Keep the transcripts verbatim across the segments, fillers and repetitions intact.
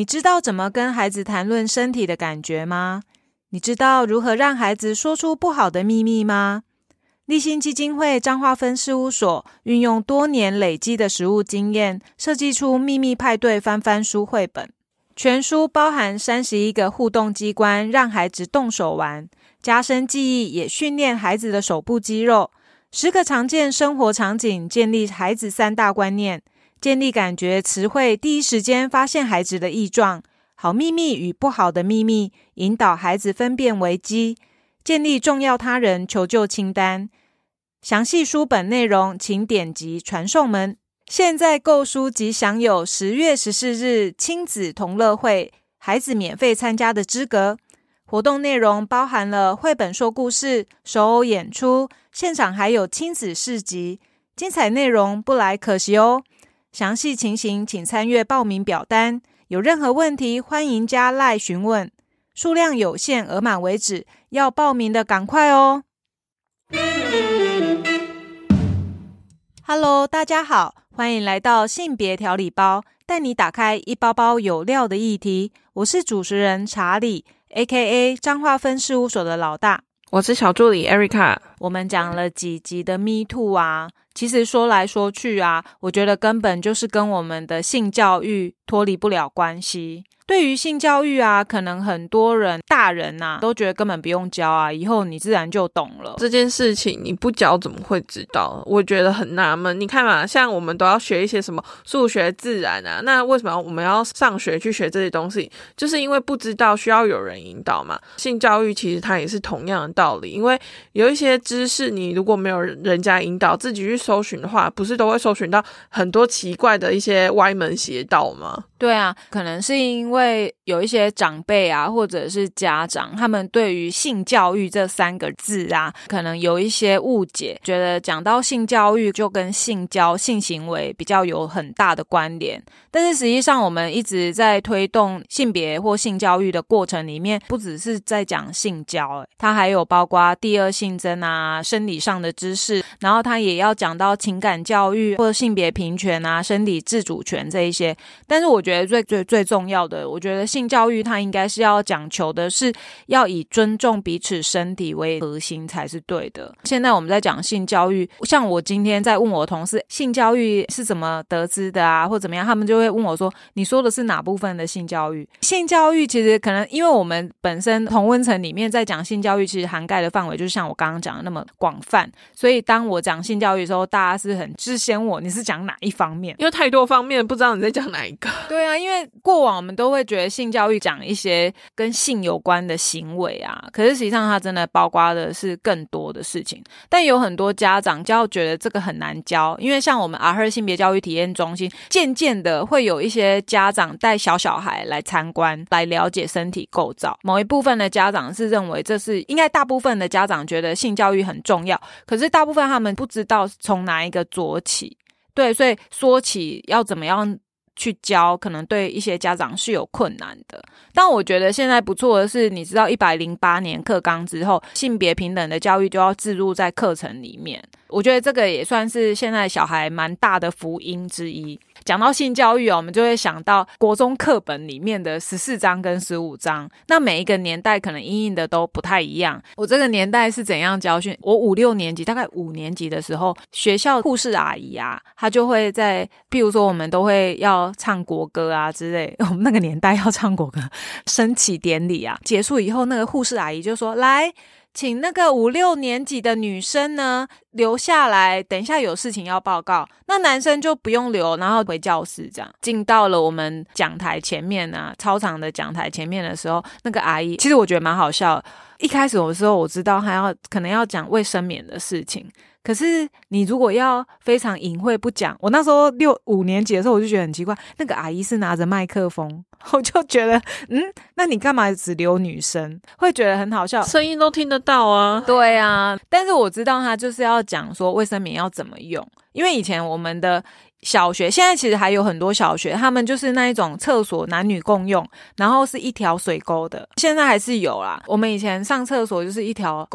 你知道怎么跟孩子谈论身体的感觉吗？你知道如何让孩子说出不好的秘密吗？立新基金会彰化分事务所运用多年累积的实务经验，设计出秘密派对翻翻书绘本。全书包含三十一个互动机关，让孩子动手玩，加深记忆，也训练孩子的手部肌肉。十个常见生活场景，建立孩子三大观念，建立感觉词汇，第一时间发现孩子的异状，好秘密与不好的秘密，引导孩子分辨危机，建立重要他人求救清单。详细书本内容请点击传送门。现在购书即享有十月十四日亲子同乐会，孩子免费参加的资格。活动内容包含了绘本说故事、手偶演出，现场还有亲子市集，精彩内容不来可惜哦。详细情形请参阅报名表单，有任何问题欢迎加 LINE 询问，数量有限，额满为止，要报名的赶快哦。Hello， 大家好，欢迎来到性别调理包，带你打开一包包有料的议题。我是主持人查理 A K A 彰化分事务所的老大， 我是小助理 Erica。 我们讲了几集的 Me Too 啊，其实说来说去啊，我觉得根本就是跟我们的性教育脱离不了关系。对于性教育啊，可能很多人大人啊都觉得根本不用教啊，以后你自然就懂了。 这件事情你不教怎么会知道？我觉得很纳闷。你看嘛，像我们都要学一些什么数学自然啊，那为什么我们要上学去学这些东西？就是因为不知道，需要有人引导嘛。性教育其实它也是同样的道理，因为有一些知识你如果没有人家引导，自己去搜寻的话，不是都会搜寻到很多奇怪的一些歪门邪道吗？ 对啊，可能是因为有一些长辈啊，或者是家长，他们对于性教育这三个字啊，可能有一些误解，觉得讲到性教育就跟性交、性行为比较有很大的关联。但是实际上我们一直在推动性别或性教育的过程里面，不只是在讲性交，它还有包括第二性征啊、生理上的知识，然后它也要讲到情感教育或者性别平权啊、身体自主权这一些。但是我觉得最最最重要的，我觉得性教育它应该是要讲求的是要以尊重彼此身体为核心才是对的。现在我们在讲性教育，像我今天在问我同事性教育是怎么得知的啊，或怎么样，他们就会问我说你说的是哪部分的性教育？性教育其实可能因为我们本身同温层里面在讲性教育，其实涵盖的范围就像我刚刚讲的那么广泛，所以当我讲性教育的时候，大家是很支先我你是讲哪一方面， 因为太多方面不知道你在讲哪一个。 对啊，因为过往我们都会觉得性教育讲一些跟性有关的行为啊，可是实际上它真的包括的是更多的事情。但有很多家长就要觉得这个很难教，因为像我们阿赫性别教育体验中心，渐渐的会有一些家长带小小孩来参观，来了解身体构造。某一部分的家长是认为这是应该，大部分的家长觉得性教育很重要，可是大部分他们不知道从哪一个做起。对，所以说起要怎么样去教，可能对一些家长是有困难的。但我觉得现在不错的是，你知道一百零八年课纲之后，性别平等的教育就要置入在课程里面，我觉得这个也算是现在小孩蛮大的福音之一。讲到性教育哦，我们就会想到国中课本里面的十四章跟十五章，那每一个年代可能因应的都不太一样。我这个年代是怎样教训？我五六年级，大概五年级的时候，学校护士阿姨啊，她就会在，譬如说我们都会要唱国歌啊之类，我们那个年代要唱国歌，升旗典礼啊，结束以后，那个护士阿姨就说：“来，请那个五六年级的女生呢留下来，等一下有事情要报告。那男生就不用留，然后回教室。”这样进到了我们讲台前面啊，操场的讲台前面的时候，那个阿姨其实我觉得蛮好笑的。一开始有时候我知道她要可能要讲卫生棉的事情，可是你如果要非常隐晦不讲，我那时候六五年级的时候我就觉得很奇怪，那个阿姨是拿着麦克风，我就觉得嗯，那你干嘛只留女生？会觉得很好笑， 声音都听得到啊。 对啊，但是我知道她就是要讲说卫生棉要怎么用，因为以前我们的小学，现在其实还有很多小学，他们就是那一种厕所男女共用，然后是一条水沟的，现在还是有啦。我们以前上厕所就是一条沟，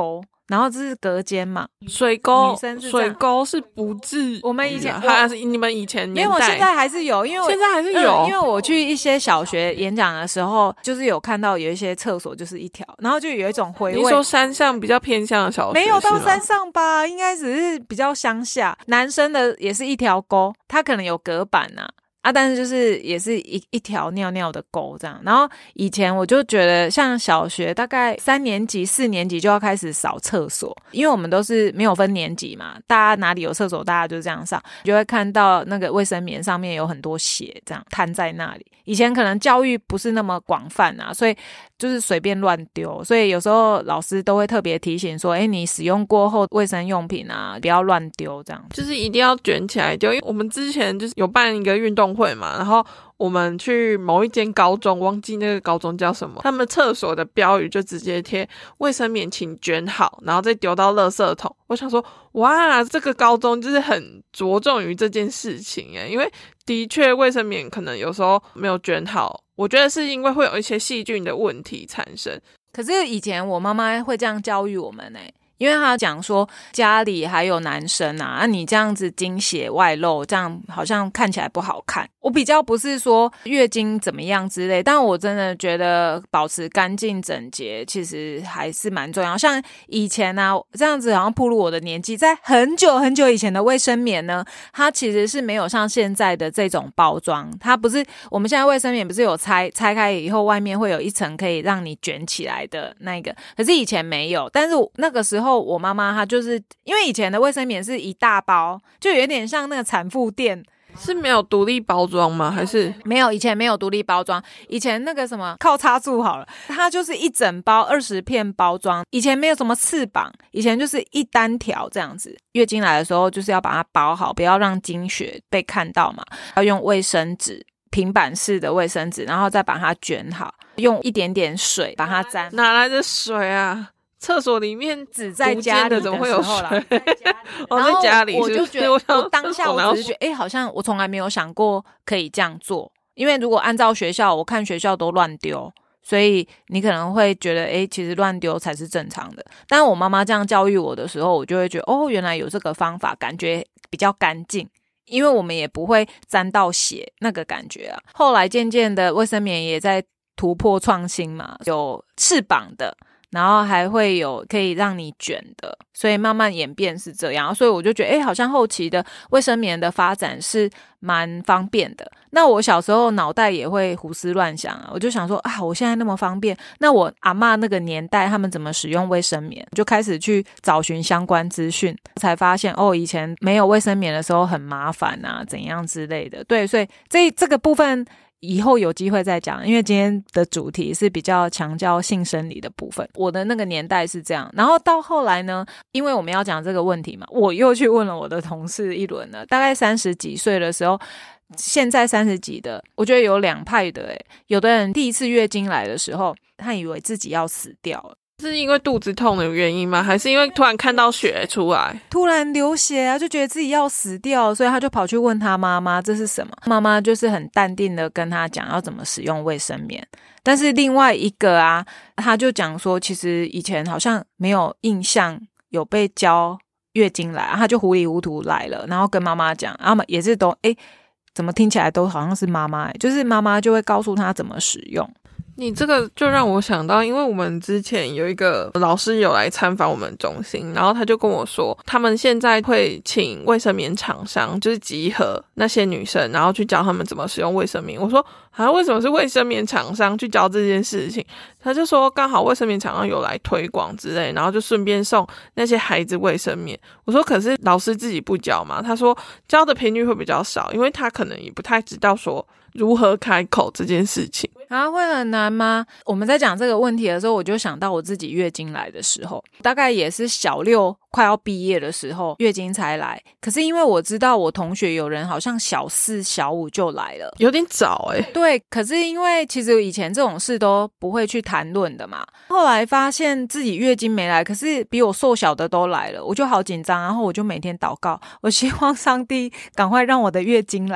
然后这是隔间嘛， 水沟， 女生是水沟是不至， 我们以前还是你们以前年代， 因为我现在还是有，因为我现在还是有、 嗯，因为我去一些小学演讲的时候，就是有看到有一些厕所就是一条，然后就有一种回味。 你说山上比较偏向的小学， 没有到山上吧，应该只是比较乡下。男生的也是一条沟，他可能有隔板啊。啊，但是就是也是一一条尿尿的沟这样。然后以前我就觉得，像小学大概三年级、四年级就要开始扫厕所，因为我们都是没有分年级嘛，大家哪里有厕所，大家就这样上，就会看到那个卫生棉上面有很多血，这样摊在那里。以前可能教育不是那么广泛啊，所以就是随便乱丢，所以有时候老师都会特别提醒说，哎，你使用过后卫生用品啊，不要乱丢，这样就是一定要卷起来丢。因为我们之前就是有办一个运动会嘛，然后我们去某一间高中，忘记那个高中叫什么，他们厕所的标语就直接贴卫生棉请卷好，然后再丢到垃圾桶。我想说，哇，这个高中就是很着重于这件事情耶，因为的确卫生棉可能有时候没有卷好，我觉得是因为会有一些细菌的问题产生。 可是以前我妈妈会这样教育我们耶，因为他讲说家里还有男生啊，啊你这样子经血外露，这样好像看起来不好看。我比较不是说月经怎么样之类，但我真的觉得保持干净整洁其实还是蛮重要。像以前啊，这样子好像暴露我的年纪，在很久很久以前的卫生棉呢，它其实是没有像现在的这种包装，它不是我们现在卫生棉不是有拆拆开以后外面会有一层可以让你卷起来的那个，可是以前没有。但是那个时候我妈妈她就是因为以前的卫生棉是一大包，就有点像那个产妇店， 是没有独立包装吗？还是没有？以前没有独立包装，以前那个什么靠插住好了，它就是一整包二十片包装。以前没有什么翅膀，以前就是一单条这样子。月经来的时候就是要把它包好，不要让经血被看到嘛，要用卫生纸。平板式的卫生纸，然后再把它卷好，用一点点水把它沾。 哪来的水啊？厕所里面只在家里的怎么会有水？ 我在家里， 我就觉得，我当下我只是觉得，哎，好像我从来没有想过可以这样做。因为如果按照学校，我看学校都乱丢，所以你可能会觉得，哎，其实乱丢才是正常的。但我妈妈这样教育我的时候，我就会觉得，哦，原来有这个方法，感觉比较干净。因为我们也不会沾到血那个感觉啊。后来渐渐的卫生棉也在突破创新嘛，有翅膀的，然后还会有可以让你卷的，所以慢慢演变是这样。所以我就觉得，诶，好像后期的卫生棉的发展是蛮方便的。那我小时候脑袋也会胡思乱想啊，我就想说啊，我现在那么方便，那我阿嬷那个年代他们怎么使用卫生棉？就开始去找寻相关资讯，才发现哦，以前没有卫生棉的时候很麻烦啊，怎样之类的。对，所以这这个部分以后有机会再讲，因为今天的主题是比较强调性生理的部分。我的那个年代是这样，然后到后来呢，因为我们要讲这个问题嘛，我又去问了我的同事一轮了，大概三十几岁的时候，现在三十几的，我觉得有两派的诶，有的人第一次月经来的时候，他以为自己要死掉了。 是因为肚子痛的原因吗？还是因为突然看到血出来， 突然流血啊，就觉得自己要死掉，所以他就跑去问他妈妈这是什么。妈妈就是很淡定的跟他讲要怎么使用卫生棉。但是另外一个啊，他就讲说其实以前好像没有印象有被教月经来，他就糊里糊涂来了，然后跟妈妈讲，然后也是都诶怎么听起来都好像是妈妈，就是妈妈就会告诉他怎么使用。 你这个就让我想到，因为我们之前有一个老师有来参访我们中心，然后他就跟我说，他们现在会请卫生棉厂商，就是集合那些女生，然后去教他们怎么使用卫生棉。我说啊，为什么是卫生棉厂商去教这件事情？他就说刚好卫生棉厂商有来推广之类，然后就顺便送那些孩子卫生棉。我说可是老师自己不教嘛？他说教的频率会比较少，因为他可能也不太知道说如何开口这件事情。 啊，会很难吗？我们在讲这个问题的时候，我就想到我自己月经来的时候，大概也是小六快要毕业的时候月经才来。可是因为我知道我同学有人好像小四小五就来了， 有点早欸。 对，可是因为其实以前这种事都不会去谈论的嘛，后来发现自己月经没来，可是比我瘦小的都来了，我就好紧张，然后我就每天祷告，我希望上帝赶快让我的月经来。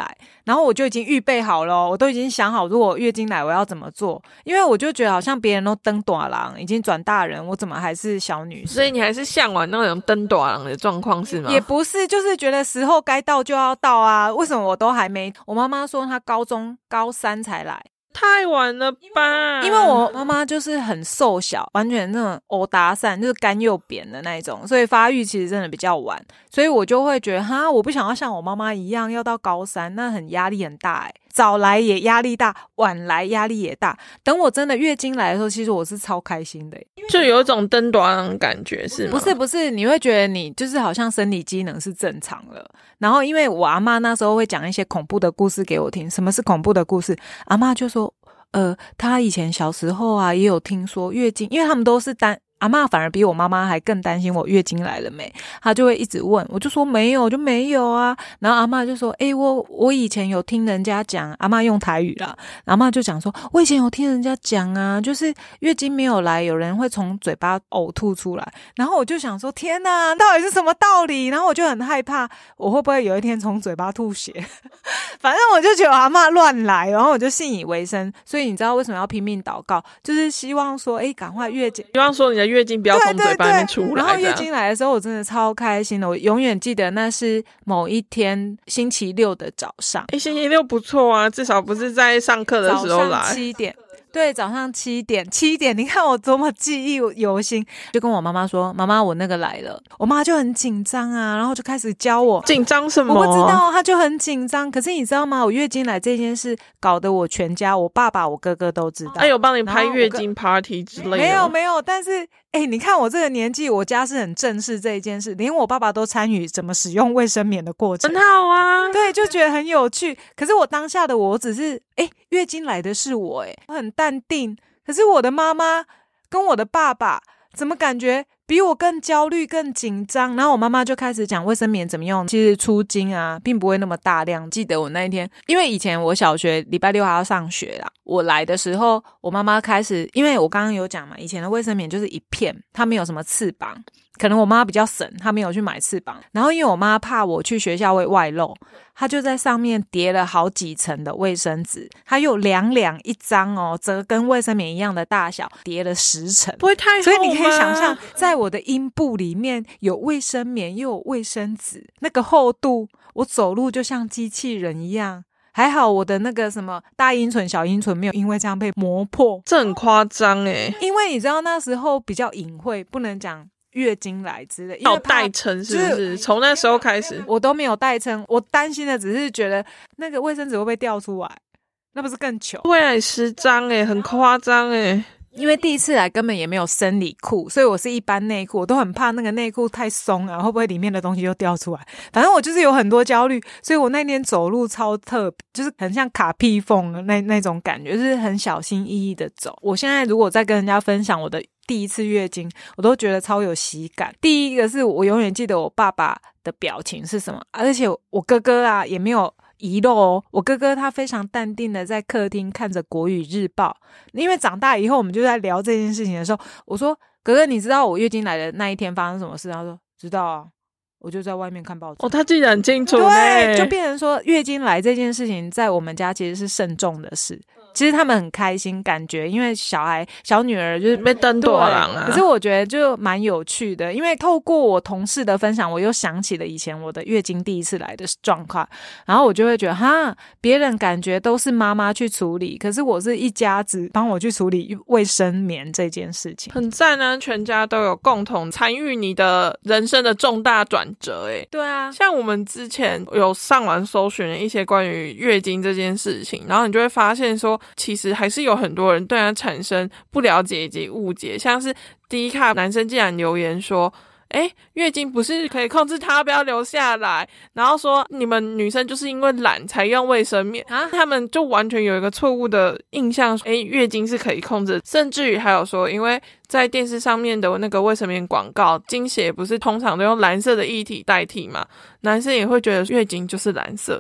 然后我就已经预备好了，我都已经想好如果月经来我要怎么做，因为我就觉得好像别人都登大人已经转大人，我怎么还是小女生， 所以你还是向往那种登大人的状况是吗？ 也不是，就是觉得时候该到就要到啊，为什么我都还没，我妈妈说她高中高三才来， 太晚了吧？ 因为我妈妈就是很瘦小，完全那种欧达散，就是干又扁的那一种，所以发育其实真的比较晚，所以我就会觉得哈，我不想要像我妈妈一样要到高三，那很压力很大欸，早来也压力大，晚来压力也大。等我真的月经来的时候，其实我是超开心的欸， 就有一种登大人的感觉是吗？ 不是不是，你会觉得你就是好像生理机能是正常了。然后因为我阿嬷那时候会讲一些恐怖的故事给我听，什么是恐怖的故事？阿嬷就说呃，她以前小时候啊也有听说月经，因为他们都是单阿嬷反而比我妈妈还更担心我月经来了没，她就会一直问，我就说没有就没有啊，然后阿嬷就说诶、欸、我我以前有听人家讲，阿嬷用台语啦，阿嬷就讲说我以前有听人家讲啊，就是月经没有来有人会从嘴巴呕吐出来，然后我就想说天哪，到底是什么道理，然后我就很害怕我会不会有一天从嘴巴吐血反正我就觉得阿嬷乱来，然后我就信以为真，所以你知道为什么要拼命祷告，就是希望说诶赶快月经， 希望说你的月经不要从嘴巴里面出来， 对对对，然后月经来的时候我真的超开心的，我永远记得那是某一天星期六的早上。 诶，星期六不错啊，至少不是在上课的时候来。 早上七点，对，早上七点，七点，你看我多么记忆犹新，就跟我妈妈说，妈妈我那个来了，我妈就很紧张啊，然后就开始教我。 紧张什么？ 我不知道，她就很紧张。可是你知道吗？我月经来这件事搞得我全家，我爸爸、我哥哥都知道。 哎，有帮你拍月经 party 之类的？ 没有没有，但是哎，你看我这个年纪，我家是很正视这一件事，连我爸爸都参与怎么使用卫生棉的过程， 很好啊。 对，就觉得很有趣。可是我当下的我只是，哎，月经来的是我，哎，我很淡定。可是我的妈妈跟我的爸爸怎么感觉比我更焦虑更紧张，然后我妈妈就开始讲卫生棉怎么用，其实出经啊并不会那么大量。记得我那一天，因为以前我小学礼拜六还要上学啦，我来的时候我妈妈开始，因为我刚刚有讲嘛，以前的卫生棉就是一片，它没有什么翅膀，可能我妈比较省，她没有去买翅膀，然后因为我妈怕我去学校会外漏，她就在上面叠了好几层的卫生纸，她有两两一张哦，折跟卫生棉一样的大小，叠了十层， 不会太厚吗？ 所以你可以想象在我的阴部里面有卫生棉又有卫生纸，那个厚度我走路就像机器人一样。还好我的那个什么大阴唇小阴唇没有因为这样被磨破， 这很夸张耶。 因为你知道那时候比较隐晦，不能讲月经来之类， 要代称是不是？从那时候开始我都没有代称，我担心的只是觉得那个卫生纸会不会掉出来，那不是更糗？ 会来十张耶，很夸张耶。 因为第一次来根本也没有生理裤，所以我是一般内裤，我都很怕那个内裤太松啊，会不会里面的东西就掉出来。反正我就是有很多焦虑，所以我那天走路超特别，就是很像卡屁缝的那那种感觉，就是很小心翼翼的走。我现在如果再跟人家分享我的第一次月经，我都觉得超有喜感。第一个是我永远记得我爸爸的表情是什么，而且我哥哥啊也没有遗漏哦，我哥哥他非常淡定的在客厅看着国语日报，因为长大以后我们就在聊这件事情的时候，我说哥哥你知道我月经来的那一天发生什么事？他说知道啊，我就在外面看报纸。 哦，他记得很清楚。 对，就变成说月经来这件事情在我们家其实是慎重的事。其实他们很开心，感觉因为小孩小女儿就是被登多郎啊。 可是我觉得就蛮有趣的，因为透过我同事的分享，我又想起了以前我的月经第一次来的状况，然后我就会觉得哈，别人感觉都是妈妈去处理，可是我是一家子帮我去处理卫生棉这件事情， 很赞啊！全家都有共同参与你的人生的重大转折，诶。 对啊， 像我们之前有上网搜寻了一些关于月经这件事情，然后你就会发现说其实还是有很多人对它产生不了解以及误解，像是第一卡男生竟然留言说诶，月经不是可以控制它不要流下来，然后说你们女生就是因为懒才用卫生棉啊，他们就完全有一个错误的印象，诶，月经是可以控制，甚至于还有说因为在电视上面的那个卫生棉广告，经血不是通常都用蓝色的液体代替嘛，男生也会觉得月经就是蓝色的。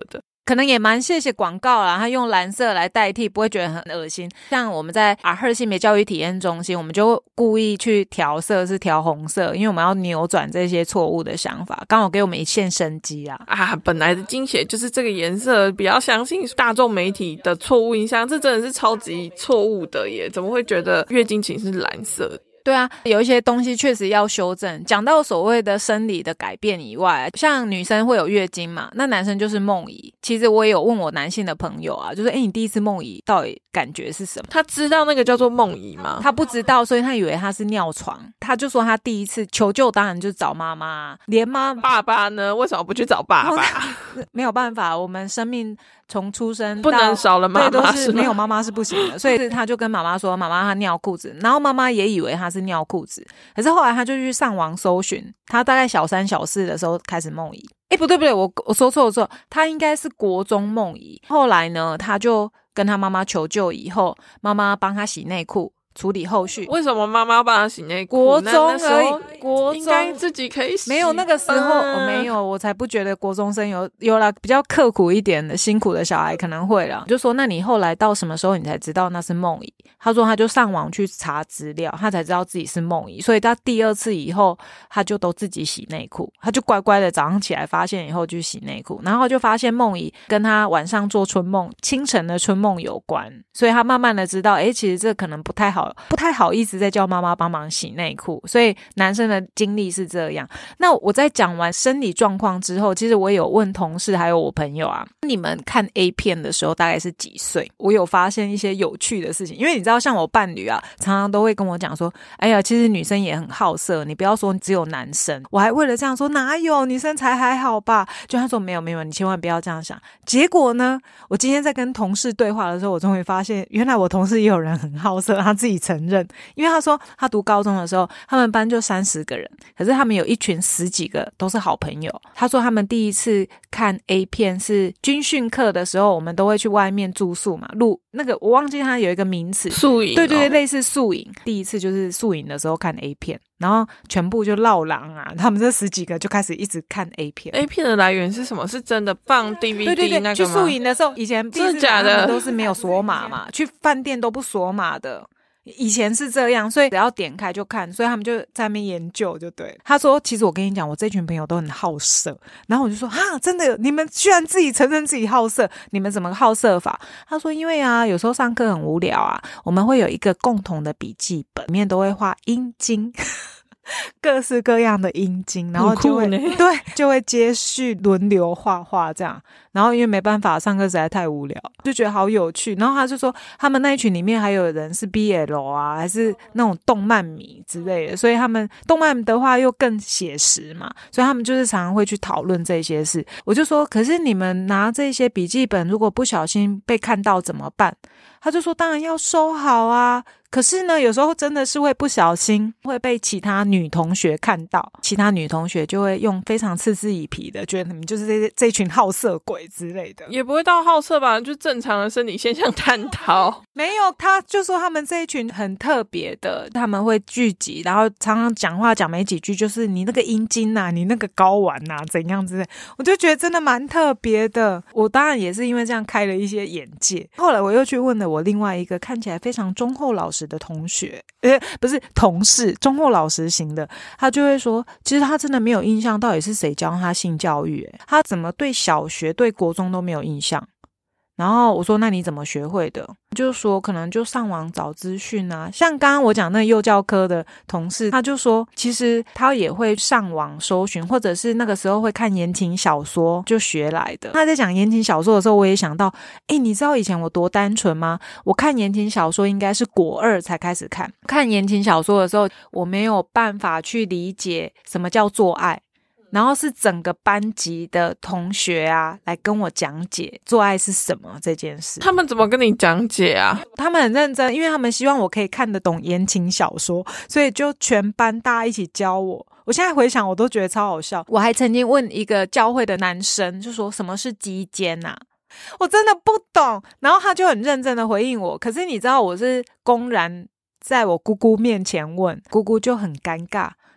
可能也蛮谢谢广告啦，他用蓝色来代替，不会觉得很恶心。像我们在阿赫性别教育体验中心，我们就故意去调色是调红色，因为我们要扭转这些错误的想法，刚好给我们一线生机啊！ 啊，本来的经血就是这个颜色，不要相信大众媒体的错误印象，这真的是超级错误的耶！怎么会觉得月经裙是蓝色的？ 对啊，有一些东西确实要修正。讲到所谓的生理的改变以外，像女生会有月经嘛，那男生就是梦遗。其实我也有问我男性的朋友啊，就是诶你第一次梦遗到底感觉是什么？ 他知道那个叫做梦遗吗？ 他不知道，所以他以为他是尿床。他就说他第一次求救当然就找妈妈，连妈爸爸呢为什么不去找爸爸？ 没有办法，我们生命从出生不能少了妈妈， 对，都是没有妈妈是不行的，所以他就跟妈妈说妈妈她尿裤子，然后妈妈也以为他是尿裤子，可是后来他就去上网搜寻，他大概小三小四的时候开始梦遗。诶不对不对，我我说错了错，他应该是国中梦遗。后来呢他就跟他妈妈求救，以后妈妈帮他洗内裤处理后续。 为什么妈妈要帮他洗内裤？ 国中而已，国中应该自己可以洗。 没有那个时候、哦、没有，我才不觉得国中生有有啦，比较刻苦一点的辛苦的小孩可能会啦。就说那你后来到什么时候你才知道那是梦遗？他说他就上网去查资料，他才知道自己是梦遗，所以他第二次以后他就都自己洗内裤，他就乖乖的早上起来发现以后就洗内裤，然后就发现梦遗跟他晚上做春梦清晨的春梦有关，所以他慢慢的知道诶其实这可能不太好不太好意思再叫妈妈帮忙洗内裤，所以男生的经历是这样。那我在讲完生理状况之后，其实我有问同事还有我朋友啊，你们看 A 片的时候大概是几岁？我有发现一些有趣的事情，因为你知道像我伴侣啊常常都会跟我讲说哎呀其实女生也很好色，你不要说只有男生，我还为了这样说哪有女生才还好吧，就他说没有没有你千万不要这样想。结果呢我今天在跟同事对话的时候，我终于发现原来我同事也有人很好色，他自己承认。因为他说他读高中的时候他们班就三十个人，可是他们有一群十几个都是好朋友。他说他们第一次看 A 片是军训课的时候，我们都会去外面住宿嘛，录那个我忘记他有一个名词宿营、哦、 对对对，类似宿营。第一次就是宿营的时候看 A 片，然后全部就绕廊啊，他们这十几个就开始一直看 A 片。 A 片的来源是什么？是真的放 D V D 对对对那个吗？ 去宿营的时候以前真的假的都是没有锁码嘛，去饭店都不锁码的，以前是这样，所以只要点开就看，所以他们就在那边研究就对了。他说其实我跟你讲我这群朋友都很好色，然后我就说哈真的你们居然自己承认自己好色，你们怎么好色法？他说因为啊有时候上课很无聊啊，我们会有一个共同的笔记本，里面都会画阴茎各式各样的阴茎，然后就会对就会接续轮流画画这样，然后因为没办法上课实在太无聊，就觉得好有趣。然后他就说他们那一群里面还有人是 B L 啊，还是那种动漫迷之类的，所以他们动漫的话又更写实嘛，所以他们就是常常会去讨论这些事。我就说可是你们拿这些笔记本如果不小心被看到怎么办？他就说当然要收好啊，可是呢有时候真的是会不小心会被其他女同学看到，其他女同学就会用非常嗤之以鼻的觉得你们就是这这群好色鬼之类的。 也不会到好色吧，就正常的生理现象探讨。 没有，他就说他们这一群很特别的，他们会聚集，然后常常讲话讲没几句就是你那个阴茎啊，你那个睾丸啊怎样之类，我就觉得真的蛮特别的。我当然也是因为这样开了一些眼界。后来我又去问了我另外一个看起来非常忠厚老实的同学，呃，不是同事，忠厚老实型的，他就会说其实他真的没有印象到底是谁教他性教育，他怎么对小学对国中都没有印象。然后我说那你怎么学会的？就说可能就上网找资讯啊，像刚刚我讲那个幼教科的同事，他就说其实他也会上网搜寻，或者是那个时候会看言情小说就学来的。他在讲言情小说的时候我也想到诶你知道以前我多单纯吗？我看言情小说应该是国二才开始看，看言情小说的时候我没有办法去理解什么叫做爱，然后是整个班级的同学啊来跟我讲解做爱是什么这件事。 他们怎么跟你讲解啊？ 他们很认真，因为他们希望我可以看得懂言情小说，所以就全班大家一起教我。我现在回想我都觉得超好笑。我还曾经问一个教会的男生就说什么是鸡奸啊，我真的不懂，然后他就很认真的回应我，可是你知道我是公然在我姑姑面前问，姑姑就很尴尬，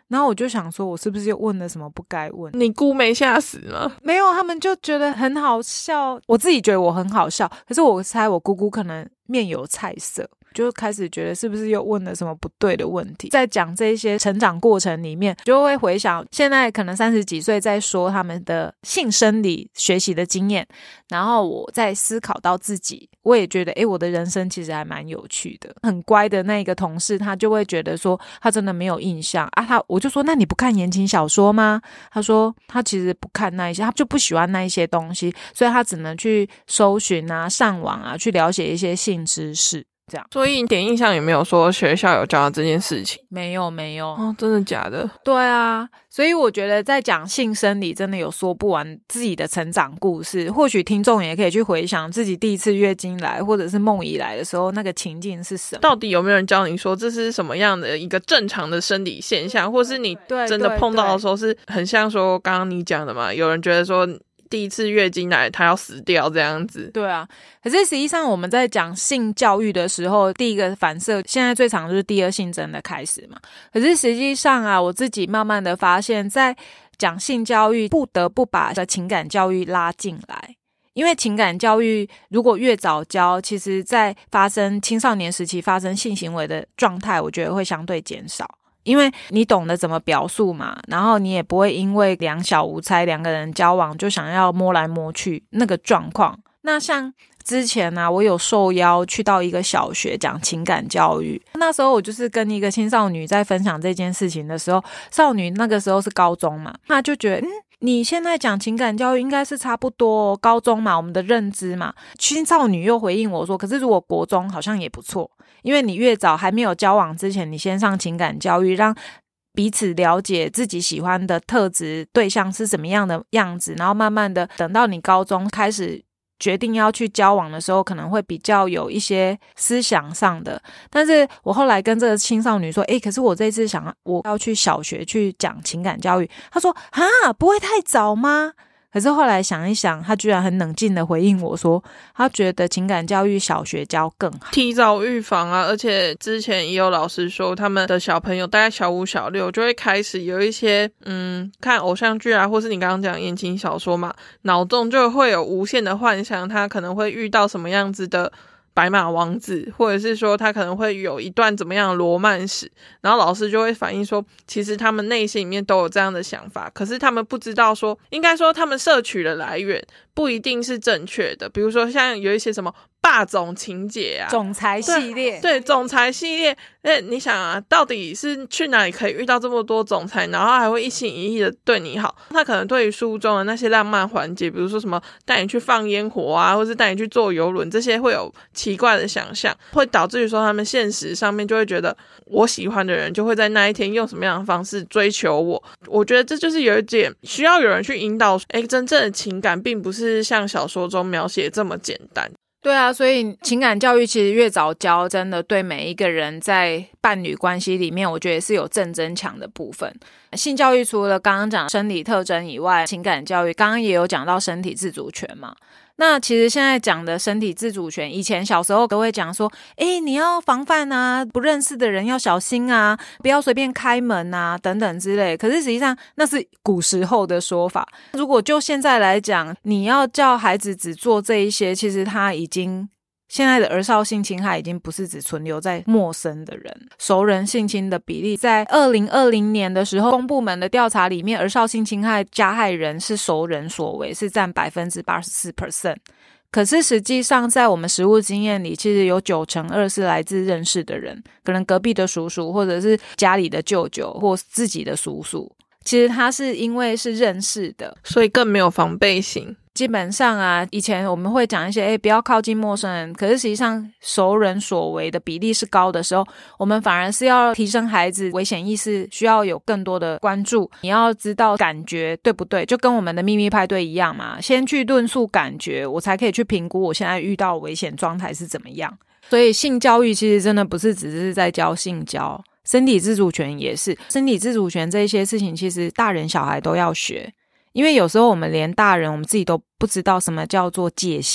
然后我就想说我是不是又问了什么不该问。 你姑没吓死吗？ 没有，他们就觉得很好笑，我自己觉得我很好笑，可是我猜我姑姑可能面有菜色，就开始觉得是不是又问了什么不对的问题。在讲这些成长过程里面，就会回想现在可能三十几岁在说他们的性生理学习的经验，然后我在思考到自己，我也觉得诶，我的人生其实还蛮有趣的。很乖的那个同事，他就会觉得说他真的没有印象啊，他我就说那你不看言情小说吗？他说他其实不看那一些，他就不喜欢那一些东西，所以他只能去搜寻啊上网啊去了解一些性知识这样。 所以你点印象有没有说学校有教他这件事情？ 没有没有哦，真的假的？ 对啊，所以我觉得在讲性生理真的有说不完自己的成长故事，或许听众也可以去回想自己第一次月经来或者是梦遗来的时候那个情境是什么， 到底有没有人教你说这是什么样的一个正常的生理现象，或是你真的碰到的时候是很像说刚刚你讲的嘛，有人觉得说第一次月经来他要死掉这样子。 对啊，可是实际上我们在讲性教育的时候，第一个反射现在最常就是第二性征的开始嘛。可是实际上啊，我自己慢慢的发现，在讲性教育不得不把情感教育拉进来，因为情感教育如果越早教，其实在发生青少年时期发生性行为的状态，我觉得会相对减少。因为你懂得怎么表述嘛，然后你也不会因为两小无猜两个人交往就想要摸来摸去那个状况。那像之前啊，我有受邀去到一个小学讲情感教育，那时候我就是跟一个青少女在分享这件事情的时候，少女那个时候是高中嘛，她就觉得嗯你现在讲情感教育应该是差不多、哦、高中嘛，我们的认知嘛。青少女又回应我说，可是如果国中好像也不错，因为你越早还没有交往之前，你先上情感教育，让彼此了解自己喜欢的特质对象是什么样的样子，然后慢慢的等到你高中开始决定要去交往的时候，可能会比较有一些思想上的。但是我后来跟这个青少女说，诶，可是我这次想我要去小学去讲情感教育，她说哈，不会太早吗？可是后来想一想，她居然很冷静的回应我说，她觉得情感教育小学教更好， 提早预防啊。而且之前也有老师说，他们的小朋友大概小五小六就会开始有一些嗯，看偶像剧啊，或是你刚刚讲言情小说嘛，脑中就会有无限的幻想，他可能会遇到什么样子的白马王子，或者是说他可能会有一段怎么样的罗曼史，然后老师就会反映说其实他们内心里面都有这样的想法，可是他们不知道说，应该说他们摄取的来源不一定是正确的。比如说像有一些什么霸总情节啊， 总裁系列， 对, 对总裁系列，那你想啊，到底是去哪里可以遇到这么多总裁，然后还会一心一意的对你好？他可能对于书中的那些浪漫环节，比如说什么带你去放烟火啊，或是带你去坐游轮，这些会有奇怪的想象，会导致于说他们现实上面就会觉得我喜欢的人就会在那一天用什么样的方式追求我。我觉得这就是有一点需要有人去引导，诶，真正的情感并不是像小说中描写这么简单。 对啊，所以情感教育其实越早教，真的对每一个人在伴侣关系里面，我觉得是有正增强的部分。性教育除了刚刚讲生理特征以外，情感教育刚刚也有讲到身体自主权嘛。那其实现在讲的身体自主权，以前小时候都会讲说，诶，你要防范啊，不认识的人要小心啊，不要随便开门啊，等等之类。可是实际上那是古时候的说法。如果就现在来讲，你要叫孩子只做这一些，其实他已经现在的儿少性侵害已经不是只存留在陌生的人，熟人性侵的比例在二零二零年的时候，公部门的调查里面，儿少性侵害加害人是熟人所为，是占 百分之八十四。可是实际上在我们实务经验里，其实有九成二是来自认识的人，可能隔壁的叔叔，或者是家里的舅舅，或自己的叔叔，其实他是因为是认识的， 所以更没有防备心。 基本上啊，以前我们会讲一些诶不要靠近陌生人，可是实际上熟人所为的比例是高的时候，我们反而是要提升孩子危险意识，需要有更多的关注。你要知道感觉对不对，就跟我们的秘密派对一样嘛，先去论述感觉，我才可以去评估我现在遇到危险状态是怎么样。所以性教育其实真的不是只是在教性交，身体自主权也是。身体自主权这些事情其实大人小孩都要学，因为有时候我们连大人我们自己都不知道什么叫做界限。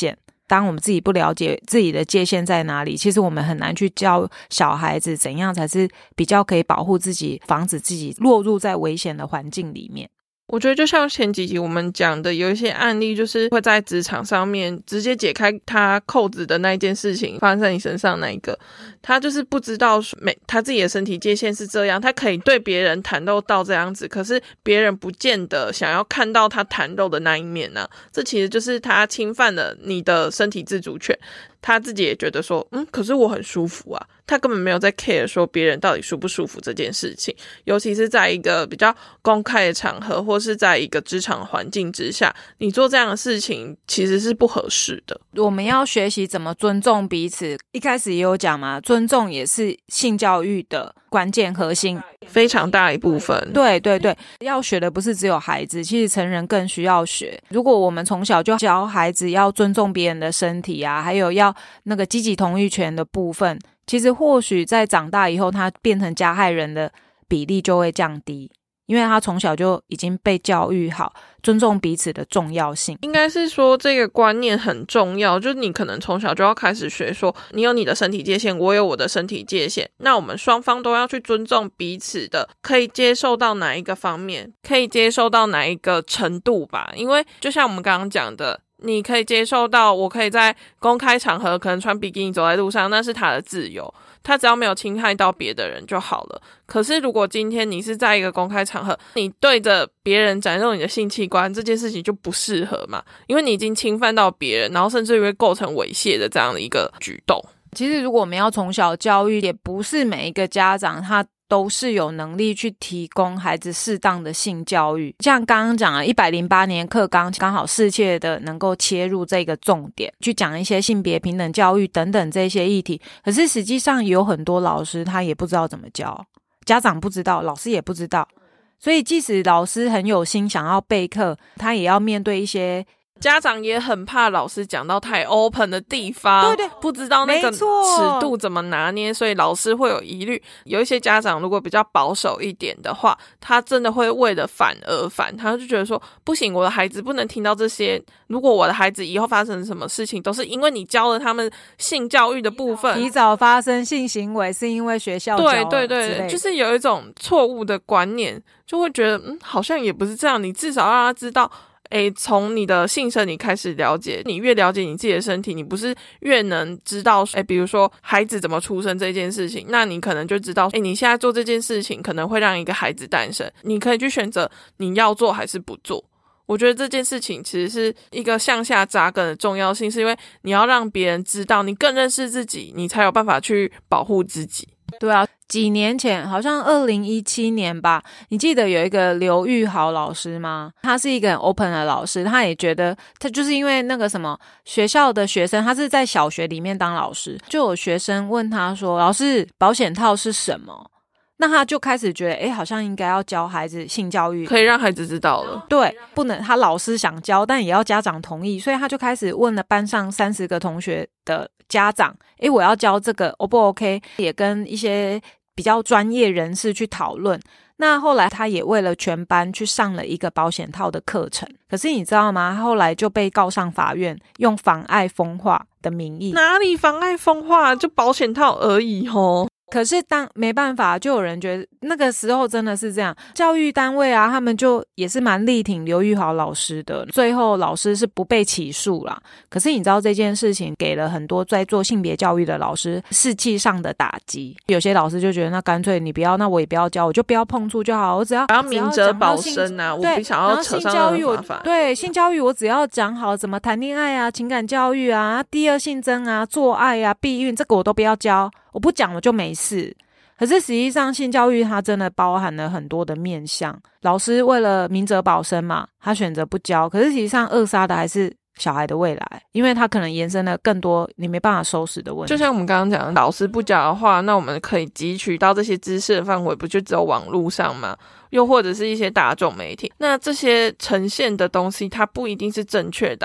当我们自己不了解自己的界限在哪里，其实我们很难去教小孩子怎样才是比较可以保护自己，防止自己落入在危险的环境里面。 我觉得就像前几集我们讲的，有一些案例就是会在职场上面直接解开他扣子的那一件事情发生在你身上，那一个他就是不知道每他自己的身体界限是这样，他可以对别人袒露到这样子，可是别人不见得想要看到他袒露的那一面啊，这其实就是他侵犯了你的身体自主权。他自己也觉得说嗯，可是我很舒服啊，他根本没有在 care 说别人到底舒不舒服这件事情，尤其是在一个比较公开的场合或是在一个职场环境之下，你做这样的事情其实是不合适的。 我们要学习怎么尊重彼此，一开始也有讲嘛，尊重也是性教育的关键核心， 非常大一部分。 对对对，要学的不是只有孩子，其实成人更需要学。如果我们从小就教孩子要尊重别人的身体啊，还有要那个积极同意权的部分，其实或许在长大以后他变成加害人的比例就会降低，因为他从小就已经被教育好尊重彼此的重要性。 应该是说这个观念很重要，就是你可能从小就要开始学说，你有你的身体界限，我有我的身体界限，那我们双方都要去尊重彼此的，可以接受到哪一个方面，可以接受到哪一个程度吧。因为就像我们刚刚讲的，你可以接受到我可以在公开场合可能穿比基尼走在路上，那是他的自由，他只要没有侵害到别的人就好了。可是如果今天你是在一个公开场合，你对着别人展露你的性器官，这件事情就不适合嘛，因为你已经侵犯到别人，然后甚至会构成猥亵的这样的一个举动。 其实如果我们要从小教育，也不是每一个家长他都是有能力去提供孩子适当的性教育。像刚刚讲了一百零八年课纲刚好适切的能够切入这个重点，去讲一些性别平等教育等等这些议题，可是实际上有很多老师他也不知道怎么教，家长不知道，老师也不知道，所以即使老师很有心想要备课，他也要面对一些家长也很怕老师讲到太 open 的地方， 对对， 不知道那个尺度怎么拿捏，所以老师会有疑虑。有一些家长如果比较保守一点的话，他真的会为了反而反，他就觉得说不行，我的孩子不能听到这些，如果我的孩子以后发生什么事情都是因为你教了他们性教育的部分， 提早发生性行为是因为学校教了， 对对对，就是有一种错误的观念，就会觉得嗯，好像也不是这样，你至少让他知道诶，从你的性生理开始了解，你越了解你自己的身体，你不是越能知道诶，比如说孩子怎么出生这件事情，那你可能就知道诶，你现在做这件事情可能会让一个孩子诞生，你可以去选择你要做还是不做。我觉得这件事情其实是一个向下扎根的重要性，是因为你要让别人知道你更认识自己，你才有办法去保护自己。 对啊，几年前好像二零一七年吧，你记得有一个刘玉豪老师吗？他是一个很 open 的老师，他也觉得他就是因为那个什么学校的学生，他是在小学里面当老师，就有学生问他说，老师保险套是什么？那他就开始觉得诶，好像应该要教孩子性教育， 可以让孩子知道了。 对，不能他老师想教，但也要家长同意，所以他就开始问了班上三十个同学的家长，诶，我要教这个 O 不 OK？ 也跟一些比较专业人士去讨论。那后来他也为了全班去上了一个保险套的课程，可是你知道吗？他后来就被告上法院，用妨碍风化的名义。 哪里妨碍风化？就保险套而已齁。 可是当没办法，就有人觉得那个时候真的是这样，教育单位啊，他们就也是蛮力挺刘玉豪老师的，最后老师是不被起诉啦。可是你知道这件事情给了很多在做性别教育的老师士气上的打击，有些老师就觉得那干脆你不要，那我也不要教，我就不要碰触就好，我只要我要明哲保身啊，我不想要扯上任何麻烦。 对，性教育我只要讲好怎么谈恋爱啊，情感教育啊，第二性征啊，做爱啊，避孕，这个我都不要教，我不讲我就没事。可是实际上性教育它真的包含了很多的面向，老师为了明哲保身嘛，他选择不教，可是实际上扼杀的还是小孩的未来，因为他可能延伸了更多你没办法收拾的问题。 就像我们刚刚讲的，老师不教的话，那我们可以汲取到这些知识的范围不就只有网络上吗？又或者是一些大众媒体，那这些呈现的东西它不一定是正确的啊，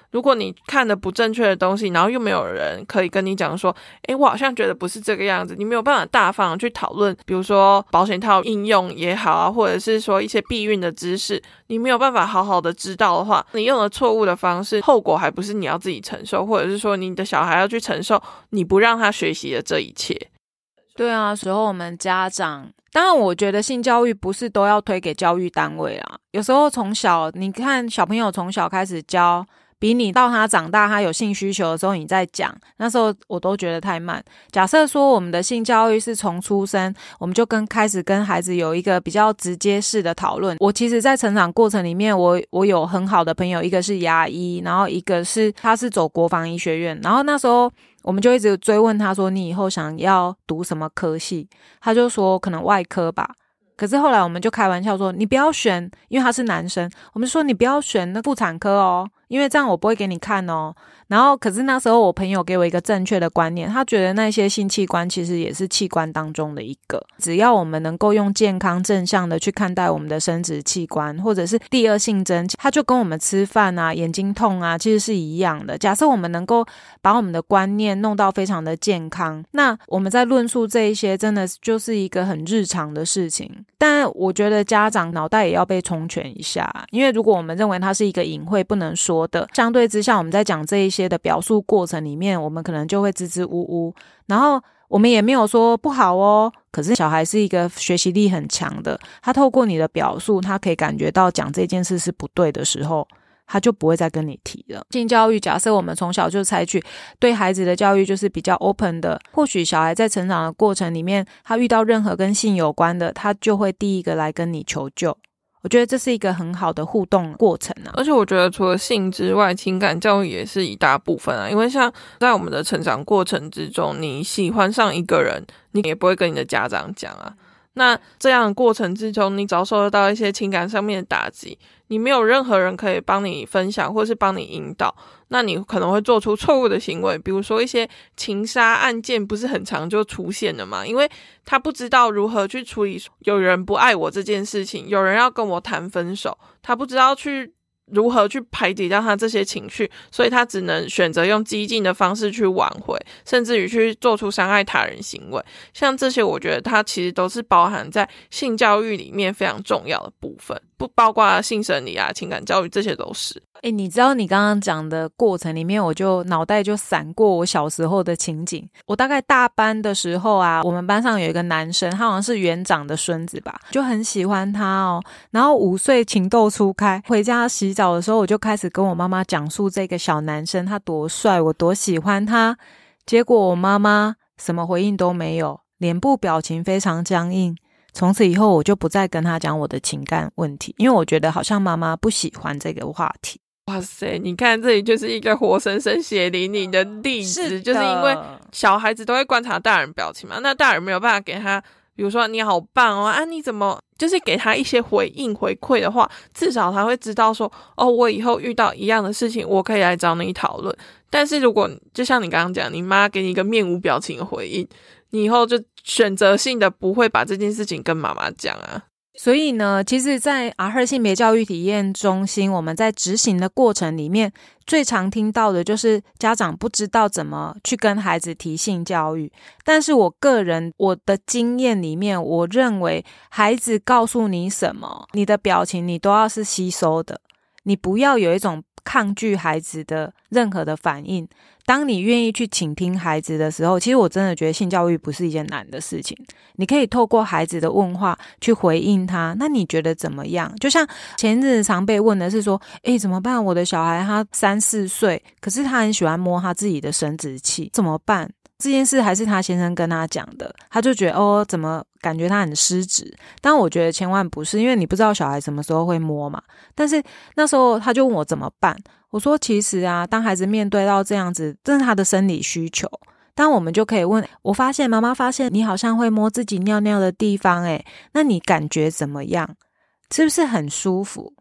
如果你看的不正确的东西，然后又没有人可以跟你讲说，诶，我好像觉得不是这个样子，你没有办法大方去讨论，比如说保险套应用也好啊，或者是说一些避孕的知识，你没有办法好好的知道的话，你用了错误的方式，后果还不是你要自己承受，或者是说你的小孩要去承受你不让他学习的这一切。 对啊，所以我们家长，当然我觉得性教育不是都要推给教育单位啊，有时候从小你看小朋友从小开始教，比你到他长大他有性需求的时候你再讲，那时候我都觉得太慢。假设说我们的性教育是从出生我们就跟开始跟孩子有一个比较直接式的讨论，我其实在成长过程里面我我有很好的朋友，一个是牙医，然后一个是他是走国防医学院，然后那时候我们就一直追问他说你以后想要读什么科系，他就说可能外科吧。可是后来我们就开玩笑说你不要选，因为他是男生，我们说你不要选那妇产科哦，因为这样我不会给你看哦。然后可是那时候我朋友给我一个正确的观念，他觉得那些性器官其实也是器官当中的一个，只要我们能够用健康正向的去看待我们的生殖器官或者是第二性征，它就跟我们吃饭啊眼睛痛啊其实是一样的。假设我们能够把我们的观念弄到非常的健康，那我们在论述这一些真的就是一个很日常的事情。但我觉得家长脑袋也要被充全一下，因为如果我们认为它是一个隐晦不能说的，相对之下我们在讲这一些的表述过程里面，我们可能就会支支吾吾，然后我们也没有说不好哦，可是小孩是一个学习力很强的，他透过你的表述他可以感觉到讲这件事是不对的时候，他就不会再跟你提了。性教育假设我们从小就采取对孩子的教育就是比较 open 的，或许小孩在成长的过程里面他遇到任何跟性有关的，他就会第一个来跟你求救。我觉得这是一个很好的互动过程啊。 而且我觉得除了性之外，情感教育也是一大部分啊。因为像在我们的成长过程之中，你喜欢上一个人，你也不会跟你的家长讲啊。那这样的过程之中，你遭受得到一些情感上面的打击，你没有任何人可以帮你分享或是帮你引导，那你可能会做出错误的行为。比如说一些情杀案件不是很常就出现了嘛，因为他不知道如何去处理有人不爱我这件事情，有人要跟我谈分手，他不知道去如何去排解掉他这些情绪，所以他只能选择用激进的方式去挽回，甚至于去做出伤害他人行为。像这些我觉得它其实都是包含在性教育里面非常重要的部分，不包括性生理啊情感教育，这些都是。 诶，你知道你刚刚讲的过程里面，我就脑袋就闪过我小时候的情景。我大概大班的时候啊，我们班上有一个男生，他好像是园长的孙子吧，就很喜欢他哦。然后五岁情窦初开，回家洗澡的时候，我就开始跟我妈妈讲述这个小男生他多帅，我多喜欢他。结果我妈妈什么回应都没有，脸部表情非常僵硬。从此以后我就不再跟他讲我的情感问题，因为我觉得好像妈妈不喜欢这个话题。 哇塞，你看这里就是一个活生生血淋淋的例子，是就是因为小孩子都会观察大人表情嘛，那大人没有办法给他比如说你好棒哦啊你怎么，就是给他一些回应回馈的话，至少他会知道说哦我以后遇到一样的事情我可以来找你讨论。但是如果就像你刚刚讲，你妈给你一个面无表情的回应，你以后就选择性的不会把这件事情跟妈妈讲啊。 所以呢，其实在阿赫性别教育体验中心，我们在执行的过程里面，最常听到的就是家长不知道怎么去跟孩子提性教育。但是我个人我的经验里面，我认为孩子告诉你什么，你的表情你都要是吸收的，你不要有一种抗拒孩子的任何的反应。当你愿意去倾听孩子的时候，其实我真的觉得性教育不是一件难的事情，你可以透过孩子的问话去回应他，那你觉得怎么样？就像前日常被问的是说，诶怎么办？我的小孩他三四岁，可是他很喜欢摸他自己的生殖器，怎么办？这件事还是他先生跟他讲的，他就觉得哦，怎么感觉他很失职？但我觉得千万不是，因为你不知道小孩什么时候会摸嘛。但是那时候他就问我怎么办，我说其实啊，当孩子面对到这样子，这是他的生理需求。当我们就可以问，我发现妈妈发现你好像会摸自己尿尿的地方，诶，那你感觉怎么样？是不是很舒服？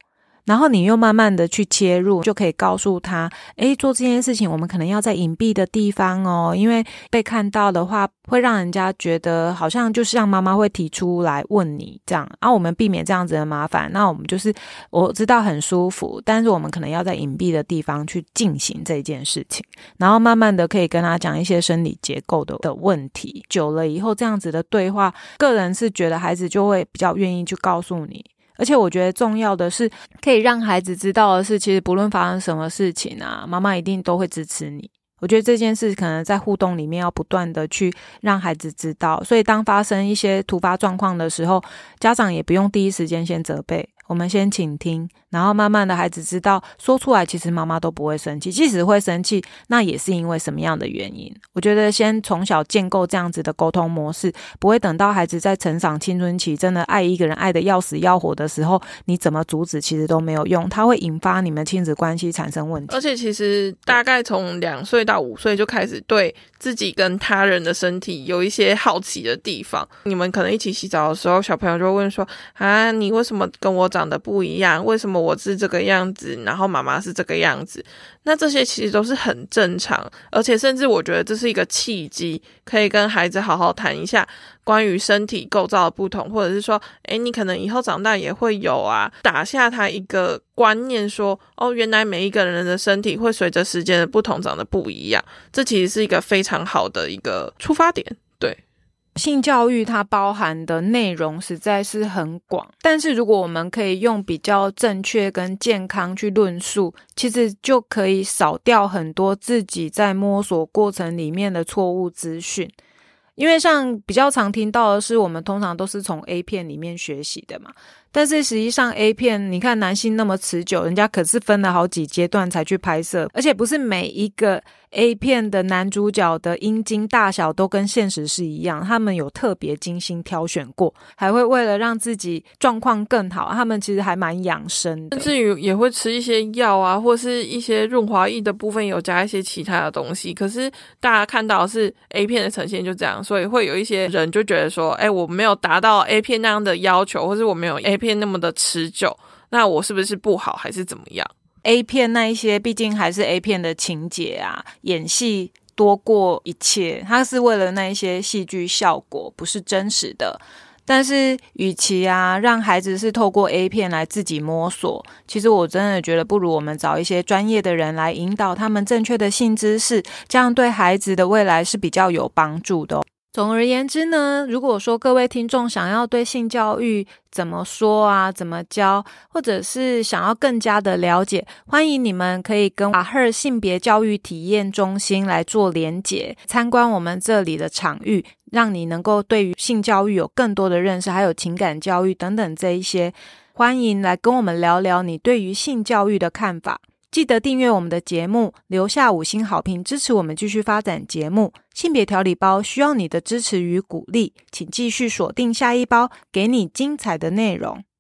然后你又慢慢的去切入，就可以告诉他，诶，做这件事情我们可能要在隐蔽的地方哦，因为被看到的话会让人家觉得好像就是像妈妈会提出来问你这样啊，我们避免这样子的麻烦，那我们就是我知道很舒服，但是我们可能要在隐蔽的地方去进行这件事情，然后慢慢的可以跟他讲一些生理结构的的问题，久了以后这样子的对话，个人是觉得孩子就会比较愿意去告诉你。而且我觉得重要的是可以让孩子知道的是，其实不论发生什么事情啊，妈妈一定都会支持你。我觉得这件事可能在互动里面要不断的去让孩子知道，所以当发生一些突发状况的时候，家长也不用第一时间先责备，我们先倾听，然后慢慢的孩子知道说出来其实妈妈都不会生气，即使会生气那也是因为什么样的原因。我觉得先从小建构这样子的沟通模式，不会等到孩子在成长青春期真的爱一个人爱得要死要活的时候，你怎么阻止其实都没有用，它会引发你们亲子关系产生问题。 而且其实大概从两岁到五岁就开始对自己跟他人的身体有一些好奇的地方，你们可能一起洗澡的时候，小朋友就会问说啊，你为什么跟我长得不一样，为什么我是这个样子，然后妈妈是这个样子，那这些其实都是很正常，而且甚至我觉得这是一个契机，可以跟孩子好好谈一下关于身体构造的不同，或者是说诶你可能以后长大也会有啊，打下他一个观念说哦，原来每一个人的身体会随着时间的不同长得不一样，这其实是一个非常好的一个出发点。对， 性教育它包含的内容实在是很广，但是如果我们可以用比较正确跟健康去论述，其实就可以少掉很多自己在摸索过程里面的错误资讯。因为像比较常听到的是我们通常都是从 A 片里面学习的嘛，但是实际上 A 片你看男性那么持久，人家可是分了好几阶段才去拍摄，而且不是每一个 A 片的男主角的阴茎大小都跟现实是一样，他们有特别精心挑选过，还会为了让自己状况更好，他们其实还蛮养生的， 甚至于也会吃一些药啊，或是一些润滑液的部分有加一些其他的东西，可是大家看到的是 A 片的呈现就这样，所以会有一些人就觉得说诶我没有达到 A 片那样的要求，或是我没有 A 片那么的持久，那我是不是不好还是怎么样。 A 片那一些毕竟还是 A 片的情节啊，演戏多过一切，它是为了那一些戏剧效果，不是真实的。但是与其啊让孩子是透过 A 片来自己摸索，其实我真的觉得不如我们找一些专业的人来引导他们正确的性知识，这样对孩子的未来是比较有帮助的哦。总而言之呢，如果说各位听众想要对性教育怎么说啊，怎么教，或者是想要更加的了解，欢迎你们可以跟阿赫性别教育体验中心来做连结，参观我们这里的场域，让你能够对于性教育有更多的认识，还有情感教育等等这一些。欢迎来跟我们聊聊你对于性教育的看法。记得订阅我们的节目，留下五星好评，支持我们继续发展节目。性别调理包需要你的支持与鼓励，请继续锁定下一包，给你精彩的内容。